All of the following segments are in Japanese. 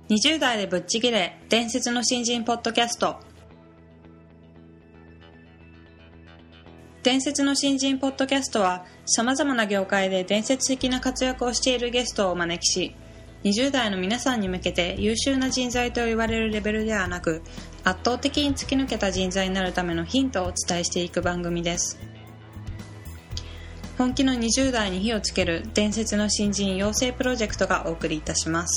20代でぶっちぎれ伝説の新人ポッドキャスト。伝説の新人ポッドキャストはさまざまな業界で伝説的な活躍をしているゲストをお招きし、20代の皆さんに向けて優秀な人材と言われるレベルではなく、圧倒的に突き抜けた人材になるためのヒントをお伝えしていく番組です。本気の20代に火をつける伝説の新人養成プロジェクトがお送りいたします。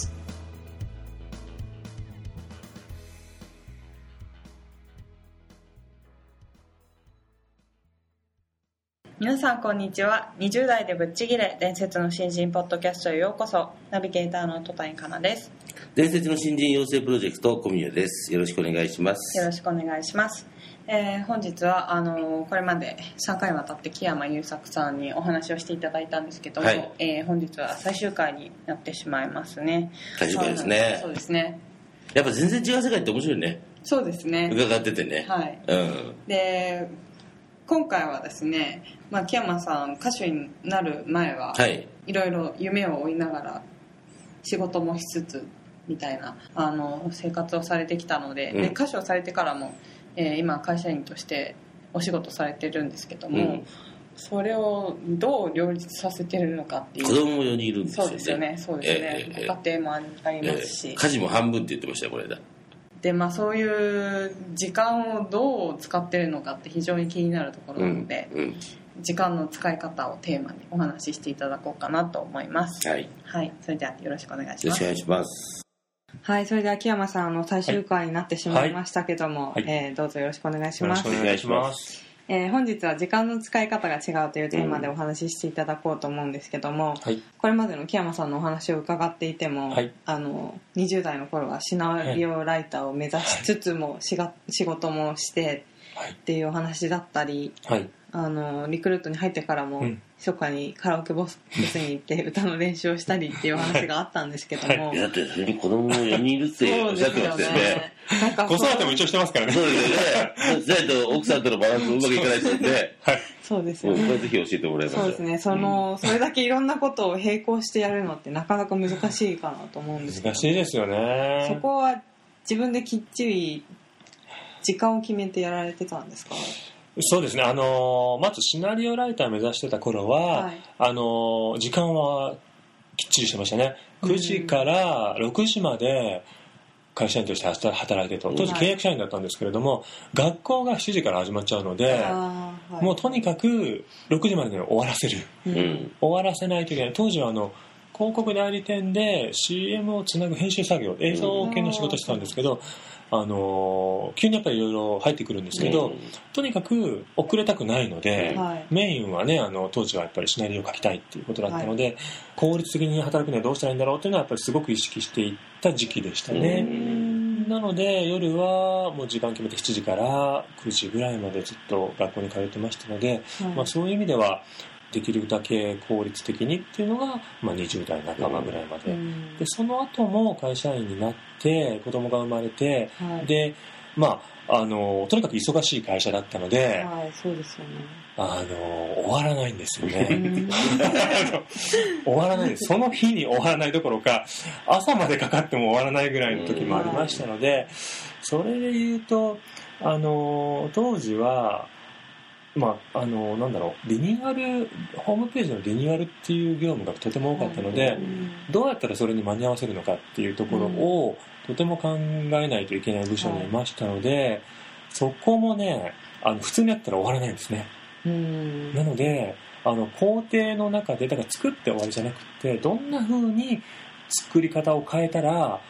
皆さんこんにちは。20代でぶっちぎれ伝説の新人ポッドキャストへようこそ。ナビゲーターの戸谷香奈です。 伝説の新人養成プロジェクト小宮です。よろしくお願いします。 よろしくお願いします。本日はこれまで3回にわたって木山優作さんにお話をしていただいたんですけども、本日は最終回になってしまいますね。 最終回ですね。 そうですね。 やっぱ全然違う世界って面白いね。 そうですね。 伺っててね。 はい。で今回はですね、木山さん歌手になる前は、いろいろ夢を追いながら仕事もしつつみたいな生活をされてきたので、で歌手をされてからも、今会社員としてお仕事されてるんですけども、それをどう両立させてるのかっていう。 子供も4人いるんですよね。 そうですよね。そうですね。家庭もありますし、 家事も半分って言ってましたよこれだ。 でそういう時間をどう使ってるのかって非常に気になるところなので、時間の使い方をテーマにお話ししていただこうかなと思います。はい。それではよろしくお願いします。 よろしくお願いします。 はい、それでは木山さん最終回になってしまいましたけども、どうぞよろしくお願いします。 よろしくお願いします。 本日は時間の使い方が違うというテーマでお話ししていただこうと思うんですけども、これまでの木山さんのお話を伺っていても、20代の頃はシナリオライターを目指しつつも、仕事もしてっていうお話だったり、リクルートに入ってからも初夏にカラオケボスに行って歌の練習をしたりっていうお話があったんですけども、 だって子供も4人いるっておっしゃってましたよね。 子育ても一応してますからね。 そうですよね。だと奥さんとのバランスうまくいかないですよね。 そうですよね。 これぜひ教えてもらいましょう。 そうですね。それだけいろんなことを並行してやるのってなかなか難しいかなと思うんですけど。 難しいですよね。 そこは自分できっちり時間を決めてやられてたんですか？ そうですね。まずシナリオライター目指してた頃は、時間はきっちりしてましたね。9時から6時まで会社員として働いてと。当時契約社員だったんですけれども、学校が7時から始まっちゃうので、もうとにかく6時までに終わらせる。終わらせないといけない。当時は広告代理店で CM をつなぐ編集作業、映像系の仕事してたんですけど、急にやっぱりいろいろ入ってくるんですけど、とにかく遅れたくないので、メインはね当時はやっぱりシナリオを書きたいっていうことだったので、効率的に働くにはどうしたらいいんだろうっていうのはやっぱりすごく意識していった時期でしたね。なので夜はもう時間決めて7時から9時ぐらいまでずっと学校に通ってましたので、そういう意味ではできるだけ効率的にっていうのが、20代半ばぐらいまで、でその後も会社員になって子供が生まれて、でとにかく忙しい会社だったので、 そうですよね。 終わらないんですよね。終わらないです。その日に終わらないどころか朝までかかっても終わらないぐらいの時もありましたので、それで言うと当時はリニューアル、ホームページのリニューアルっていう業務がとても多かったので、どうやったらそれに間に合わせるのかっていうところをとても考えないといけない部署にいましたので、そこもね普通にやったら終わらないんですね。なので工程の中でだから作って終わりじゃなくて、どんな風に作り方を変えたら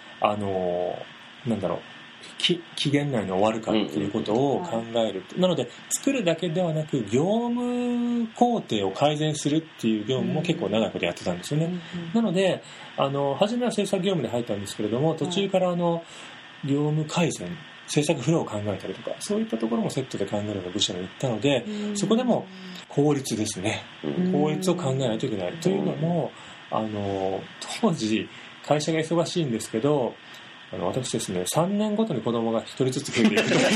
期限内に終わるかっていうことを考える、なので作るだけではなく業務工程を改善するっていう業務も結構長いことやってたんですよね。なので初めは制作業務で入ったんですけれども、途中から業務改善、制作フローを考えたりとか、そういったところもセットで考えるような部署に行ったので、そこでも効率ですね。効率を考えないといけないというのも当時会社が忙しいんですけど、 私ですね、3年ごとに子供が1人ずつ増えていくという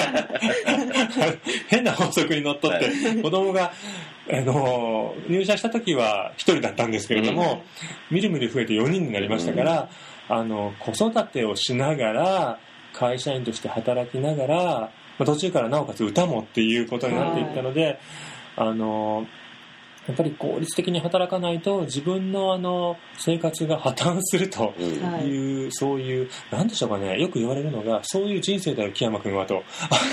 変な法則にのっとって、子供が入社した時は1人だったんですけれども、みるみる増えて4人になりましたから、子育てをしながら会社員として働きながら、途中からなおかつ歌もっていうことになっていったので、やっぱり効率的に働かないと自分の生活が破綻するという、そういうなんでしょうかね、よく言われるのが、そういう人生だよ木山君はと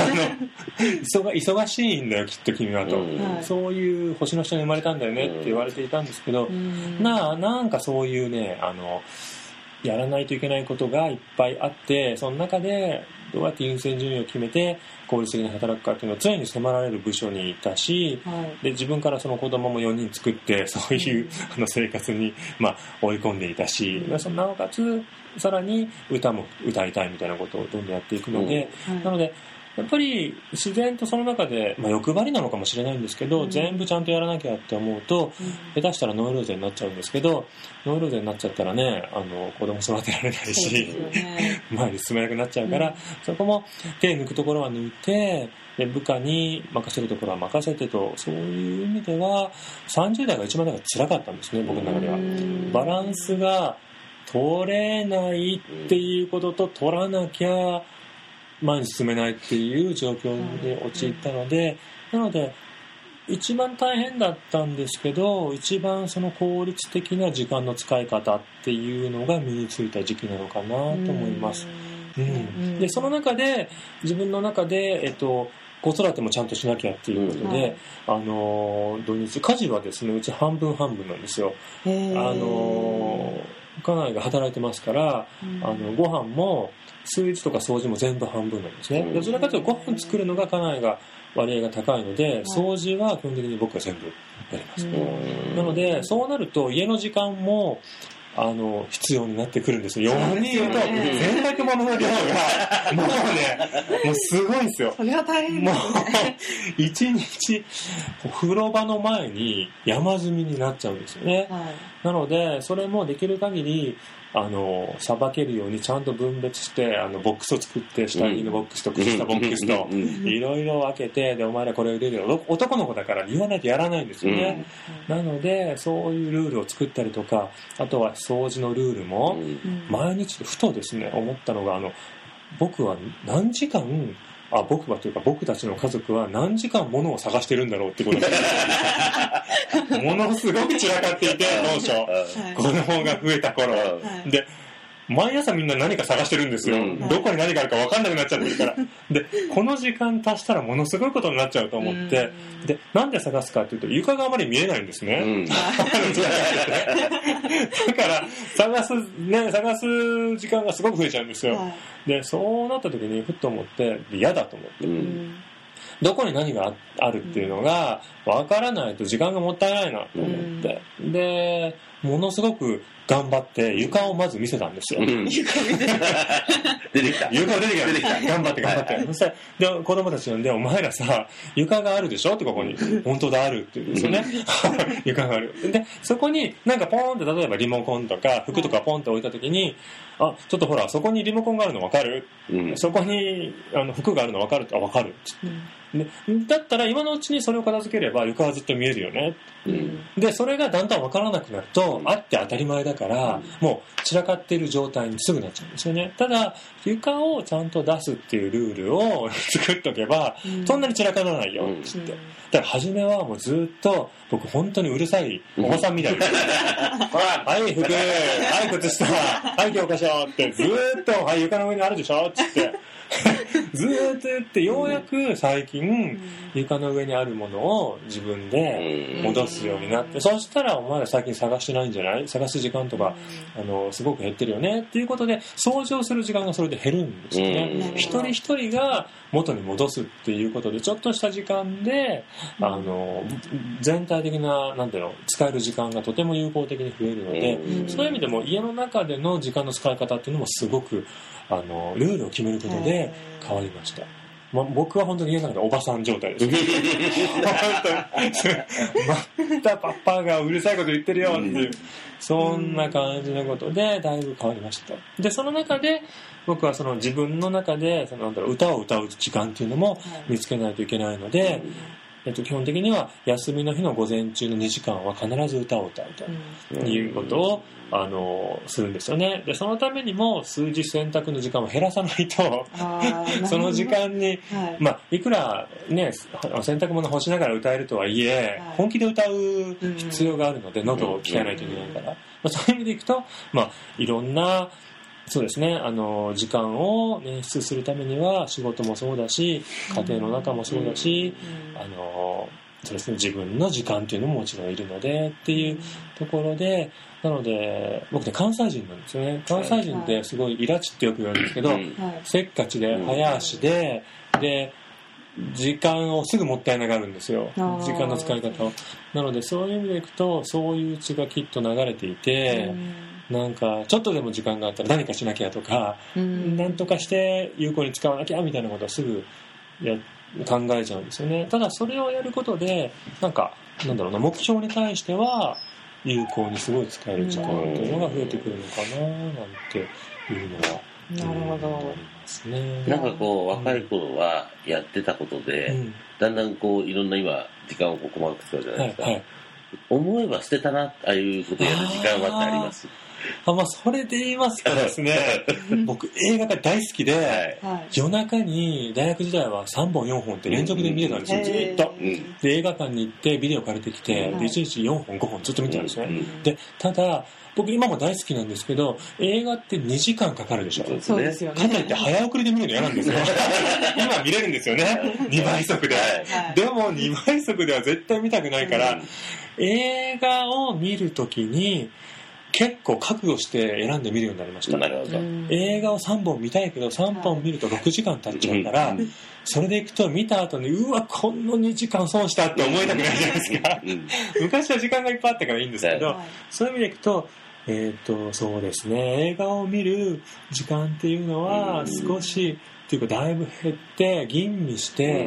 忙しいんだよきっと君はと、そういう星の下に生まれたんだよねって言われていたんですけど、なんかそういうね、やらないといけないことがいっぱいあって、その中でどうやって優先順位を決めて効率的に働くかっていうのを常に迫られる部署にいたし、で自分からその子供も4人作ってそういう生活に追い込んでいたし、なおかつさらに歌も歌いたいみたいなことをどんどんやっていくので、なのでやっぱり自然とその中で、欲張りなのかもしれないんですけど、全部ちゃんとやらなきゃって思うと、下手したらノイローゼになっちゃうんですけど、ノイローゼになっちゃったらね、子供育てられないし、前に進めなくなっちゃうから、そこも手抜くところは抜いて、で部下に任せるところは任せてと、そういう意味では30代が一番辛かったんですね、僕の中では。バランスが取れないっていうことと、取らなきゃ前に進めないっていう状況に陥ったので、なので一番大変だったんですけど、一番その効率的な時間の使い方っていうのが身についた時期なのかなと思います。でその中で自分の中で、子育てもちゃんとしなきゃっていうことで、土日家事はですね、うち半分半分なんですよ。家内が働いてますから、ご飯も炊事とか掃除も全部半分なんですね。どちらかというとご飯作るのが家内が割合が高いので、掃除は基本的に僕が全部やります。なのでそうなると家の時間も必要になってくるんですよ。4人いると洗濯物の量がもうすごいんですよ。 それは大変ですね。 もう1日風呂場の前に山積みになっちゃうんですよね。なのでそれもできる限りさばけるようにちゃんと分別してボックスを作って、下着のボックスと靴下ボックスといろいろ分けて、でお前らこれを入れるよ、男の子だから言わないとやらないんですよね。なのでそういうルールを作ったりとか、あとは掃除のルールも毎日ふとですね思ったのが、僕は何時間僕はというか僕たちの家族は何時間物を探してるんだろうってことでものすごく散らかっていて、当初、子供が増えた頃、で毎朝みんな何か探してるんですよ、どこに何があるか分かんなくなっちゃってるから。でこの時間足したらものすごいことになっちゃうと思って、でなんで探すかっていうと、床があまり見えないんですね、だから探す時間がすごく増えちゃうんですよ、でそうなった時にふっと思って、嫌だと思って、どこに何があるっていうのが分からないと時間がもったいないなと思って、でものすごく頑張って床をまず見せたんですよ。 出てきた。 頑張って。そしたらで子供たちなんで、お前らさ床があるでしょってここに本当だあるって言うんですよね。床がある。でそこになんかポーンって例えばリモコンとか服とかポンって置いた時に、ちょっとほらそこにリモコンがあるの分かる？そこに服があるの分かる？分かる。でだったら今のうちにそれを片付ければ床はずっと見えるよね、でそれがだんだん分からなくなると、あって当たり前だから、もう散らかっている状態にすぐなっちゃうんですよね。ただ床をちゃんと出すっていうルールを作っとけば、そんなに散らからないよって言って、だから初めはもうずっと僕本当にうるさいおばさんみたいなはい服、はい靴下、はい教科書ってずっと、はい床の上にあるでしょって言ってずーっと言って、ようやく最近床の上にあるものを自分で戻すようになって、そしたらお前ら最近探してないんじゃない、探す時間とかすごく減ってるよねっていうことで、掃除をする時間がそれで減るんですよね。一人一人が元に戻すっていうことで、ちょっとした時間で全体的ななんていうの、使える時間がとても有効的に増えるので、そういう意味でも家の中での時間の使い方っていうのもすごくルールを決めることで変わりました。 僕は本当に家の中でおばさん状態ですまたパパがうるさいこと言ってるよっていう、そんな感じのことでだいぶ変わりました。でその中で僕はその自分の中で歌を歌う時間っていうのも見つけないといけないので、基本的には休みの日の午前中の2時間は必ず歌を歌うということをするんですよね。でそのためにも数字洗濯の時間を減らさないとその時間に、いくらね洗濯物干しながら歌えるとはいえ、本気で歌う必要があるので喉を鍛えないといけないから、そういう意味でいくといろんなそうですね、時間を捻出するためには仕事もそうだし家庭の中もそうだし、そうですね、自分の時間っていうのももちろんいるのでっていうところで、なので僕ね関西人なんですよね。関西人ってすごいイラチってよく言われるんですけど、せっかちで早足で時間をすぐもったいながるんですよ、時間の使い方を。なのでそういう意味でいくとそういう血がきっと流れていて、なんかちょっとでも時間があったら何かしなきゃとか、なんとかして有効に使わなきゃみたいなことをすぐ考えちゃうんですよね。ただそれをやることでなんだろうな、目標に対しては有効にすごい使える時間っていうのが増えてくるのかななんていうのはなるほどですね。なんかこう若い頃はやってたことで、だんだんこういろんな今時間を細かく使うじゃないですか、思えば捨てたなああいうことやる時間はってあります？ それで言いますとですね僕映画が大好きで、夜中に大学時代は3本4本って連続で見てたんですよ、ずっと。で映画館に行ってビデオ借りてきて、で1日4本5本ずっと見てたんですね、でただ僕今も大好きなんですけど映画って2時間かかるでしょ。 そうですよね。 かといって早送りで見るの嫌なんですよ今見れるんですよね2倍速で、でも2倍速では絶対見たくないから、映画を見るときに結構覚悟して選んで見るようになりました。 なるほど。 映画を3本見たいけど3本見ると6時間経っちゃうから、それでいくと見た後にこんな2時間損したって思いたくないじゃないですか昔は時間がいっぱいあったからいいんですけど、そういう意味でいくとそうですね、映画を見る時間っていうのは少しっていうかだいぶ減って吟味して、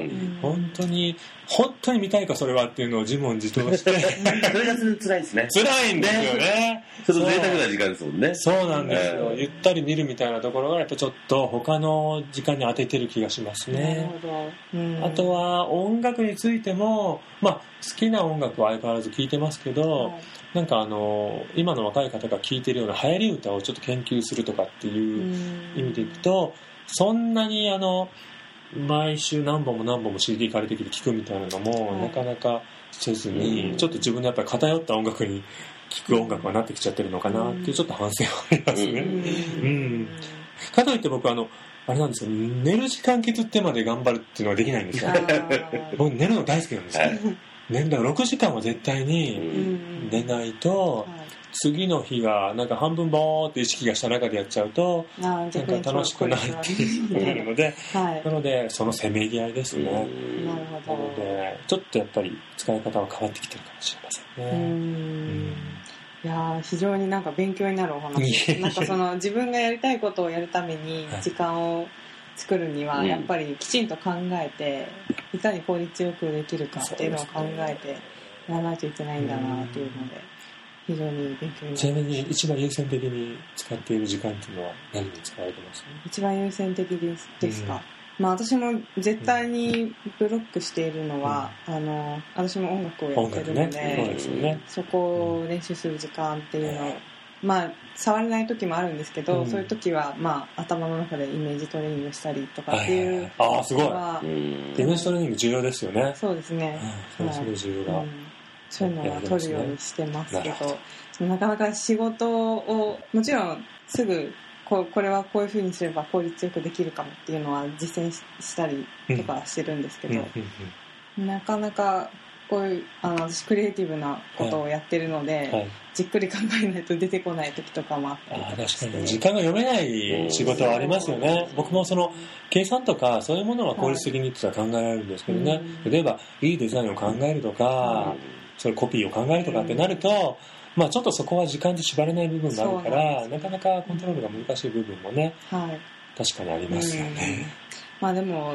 本当に見たいかそれはっていうのを自問自答してそれが辛いですね。 辛いんですよね。 その贅沢な時間ですもんね。 そうなんですよ、ゆったり見るみたいなところがやっぱちょっと他の時間に当ててる気がしますね。あとは音楽についても好きな音楽は相変わらず聴いてますけど、なんか今の若い方が聴いてるような流行り歌をちょっと研究するとかっていう意味でいくと、そんなに毎週何本も CD 借りてきて聴くみたいなのもなかなかせずに、ちょっと自分のやっぱり偏った音楽に聴く音楽がなってきちゃってるのかなっていうちょっと反省はありますね。かといって僕あれなんですよ、寝る時間削ってまで頑張るっていうのはできないんですよ僕寝るの大好きなんですよ、だから6時間は絶対に寝ないと、次の日がなんか半分ボーって意識がした中でやっちゃうとなんか楽しくないっていうなるので、なのでそのせめぎ合いですね。なのでちょっとやっぱり使い方は変わってきてるかもしれませんね。 いや非常になんか勉強になるお話なんかその自分がやりたいことをやるために時間を作るにはやっぱりきちんと考えて、いかに効率よくできるかっていうのを考えてやらないといけないんだなっていうので非常に勉強になりました。 ちなみに一番優先的に使っている時間っていうのは何に使われてます？ 一番優先的ですか、私も絶対にブロックしているのは、私も音楽をやってるので、そこを練習する時間っていうのを触れない時もあるんですけど、そういう時は頭の中でイメージトレーニングしたりとかっていうすごいイメージトレーニング重要ですよね。 そうですね、 すごい重要だ、 そういうのは取るようにしてますけど、なかなか仕事をもちろんすぐこれはこういう風にすれば効率よくできるかもっていうのは実践したりとかしてるんですけど、なかなかこういう私クリエイティブなことをやってるので、じっくり考えないと出てこない時とかもあったりとかして。 確かに時間が読めない仕事はありますよね。僕もその計算とかそういうものは効率的にって考えられるんですけどね、例えばいいデザインを考えるとか、それコピーを考えるとかってなると、ちょっとそこは時間で縛れない部分があるから、なかなかコントロールが難しい部分もね、確かにありますよね。 でも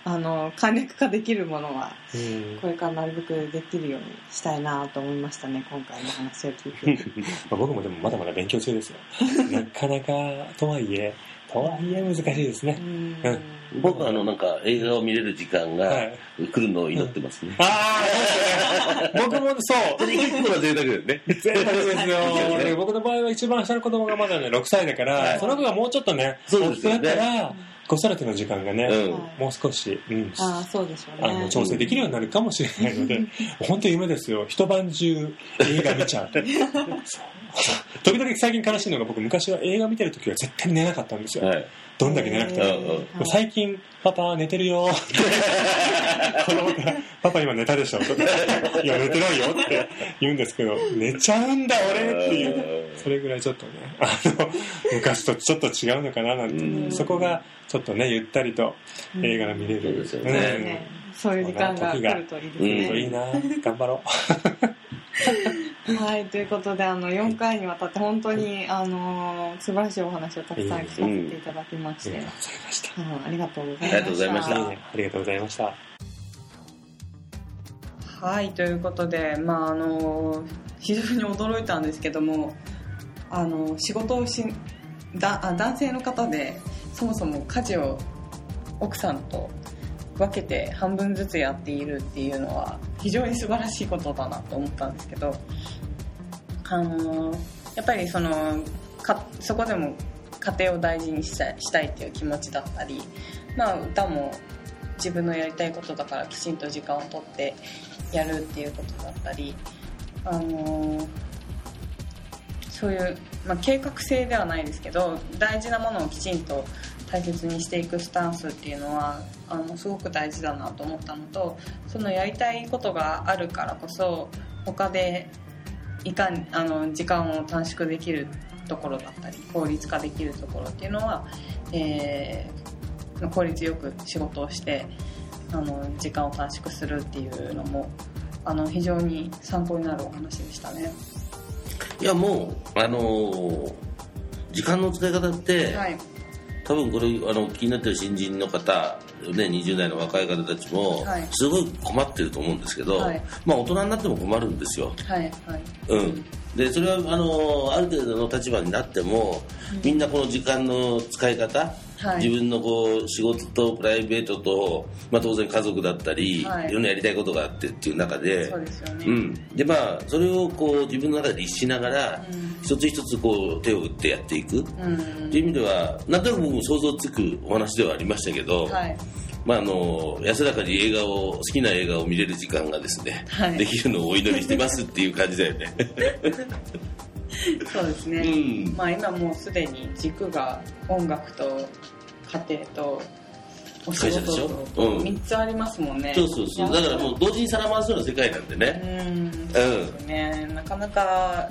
簡略化できるものはこれからなるべくできるようにしたいなと思いましたね、今回の話を聞いて僕もでもまだまだ勉強中ですよなかなかとはいえ難しいですね。 僕はなんか映画を見れる時間が来るのを祈ってますね。 僕もそう。 それ結構な贅沢ですね。 贅沢ですよ。僕の場合は一番下の子供がまだね6歳だから、その子がもうちょっとね大きくなったら子育ての時間がね、もう少し、 そうでしょうね、 調整できるようになるかもしれないので、本当に夢ですよ。一晩中映画見ちゃう。時々最近悲しいのが、僕昔は映画見てる時は絶対寝なかったんですよ、どんだけ寝なくても、最近パパ寝てるよって子供からパパ今寝たでしょとかいや寝てないよって言うんですけど、寝ちゃうんだ俺っていう、それぐらいちょっとね昔とちょっと違うのかななんて、そこがちょっとねゆったりと映画が見れる、 そういう時間が来るといいですね。 いいな、頑張ろうはい、ということで4回にわたって本当に素晴らしいお話をたくさん聞かせていただきまして、ありがとうございました。 ありがとうございました。 ありがとうございました。 はい、ということで、非常に驚いたんですけども、仕事を男性の方でそもそも家事を奥さんと分けて半分ずつやっているっていうのは非常に素晴らしいことだなと思ったんですけど、やっぱりそこでも家庭を大事にしたいっていう気持ちだったり、歌も自分のやりたいことだからきちんと時間を取ってやるっていうことだったり、そういう、計画性ではないですけど、大事なものをきちんと大切にしていくスタンスっていうのはすごく大事だなと思ったのと、そのやりたいことがあるからこそ他でいかに時間を短縮できるところだったり効率化できるところっていうのは、効率よく仕事をして時間を短縮するっていうのも非常に参考になるお話でしたね。 いやもう時間の使い方って、多分これ気になってる新人の方、20代の若い方たちもすごい困ってると思うんですけど、大人になっても困るんですよ。でそれはある程度の立場になっても、みんなこの時間の使い方、自分の仕事とプライベートと、当然家族だったり、いろんなやりたいことがあってっていう中で、 そうですよね。 でそれを自分の中で律しながら、一つ一つ手を打ってやっていく、っていう意味ではなんとなく僕も想像つくお話ではありましたけど、安らかに好きな映画を見れる時間がですね、できるのをお祈りしてますっていう感じだよね。 そうですね、今もうすでに軸が音楽と家庭とお仕事と3つありますもんね。 そうだからもう同時に皿回すような世界なんでね。 なかなか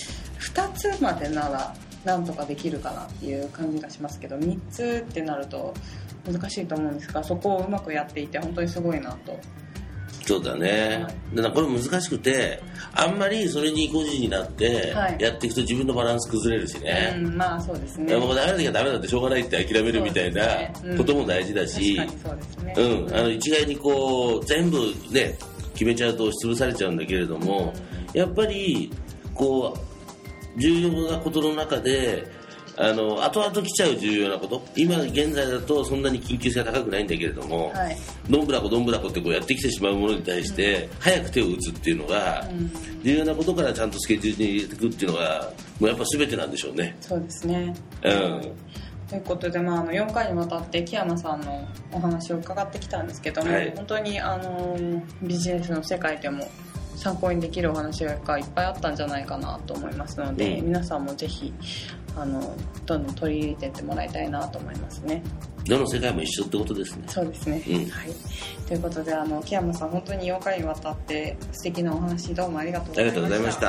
2つまでならなんとかできるかなっていう感じがしますけど、3つってなると難しいと思うんですが、そこをうまくやっていて本当にすごいなと。 そうだね、だからこれ難しくて、あんまりそれに個人になってやっていくと自分のバランス崩れるしね、 そうですね、 もうダメな時はダメだってしょうがないって諦めるみたいなことも大事だし、一概に全部ね決めちゃうと押しつぶされちゃうんだけれども、やっぱり重要なことの中で後々来ちゃう重要なこと、今現在だとそんなに緊急性が高くないんだけれども、どんぶらこどんぶらこってやってきてしまうものに対して早く手を打つっていうのが、重要なことからちゃんとスケジュールに入れていくっていうのがもうやっぱ全てなんでしょうね。 そうですね、ということで、4回にわたって木山さんのお話を伺ってきたんですけども、本当にビジネスの世界でも参考にできるお話がいっぱいあったんじゃないかなと思いますので、皆さんもぜひどんどん取り入れていってもらいたいなと思いますね。 どの世界も一緒ってことですね。 そうですね、ということで木山さん本当に4回にわたって素敵なお話どうもありがとうございました。 ありがとうございました。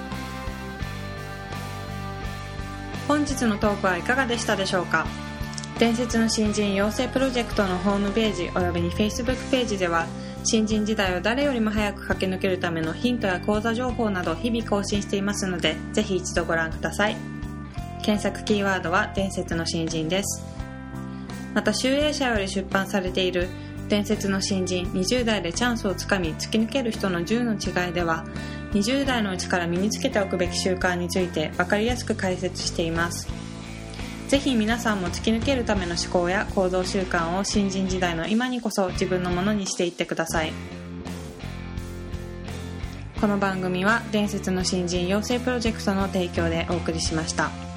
本日のトークはいかがでしたでしょうか。 伝説の新人養成プロジェクトのホームページおよびに Facebook ページでは、新人時代を誰よりも早く駆け抜けるためのヒントや講座情報など日々更新していますので、ぜひ一度ご覧ください。検索キーワードは伝説の新人です。また集英社より出版されている伝説の新人20代でチャンスをつかみ突き抜ける人の10の違いでは、20代のうちから身につけておくべき習慣について分かりやすく解説しています。ぜひ皆さんも突き抜けるための思考や行動習慣を新人時代の今にこそ自分のものにしていってください。この番組は伝説の新人養成プロジェクトの提供でお送りしました。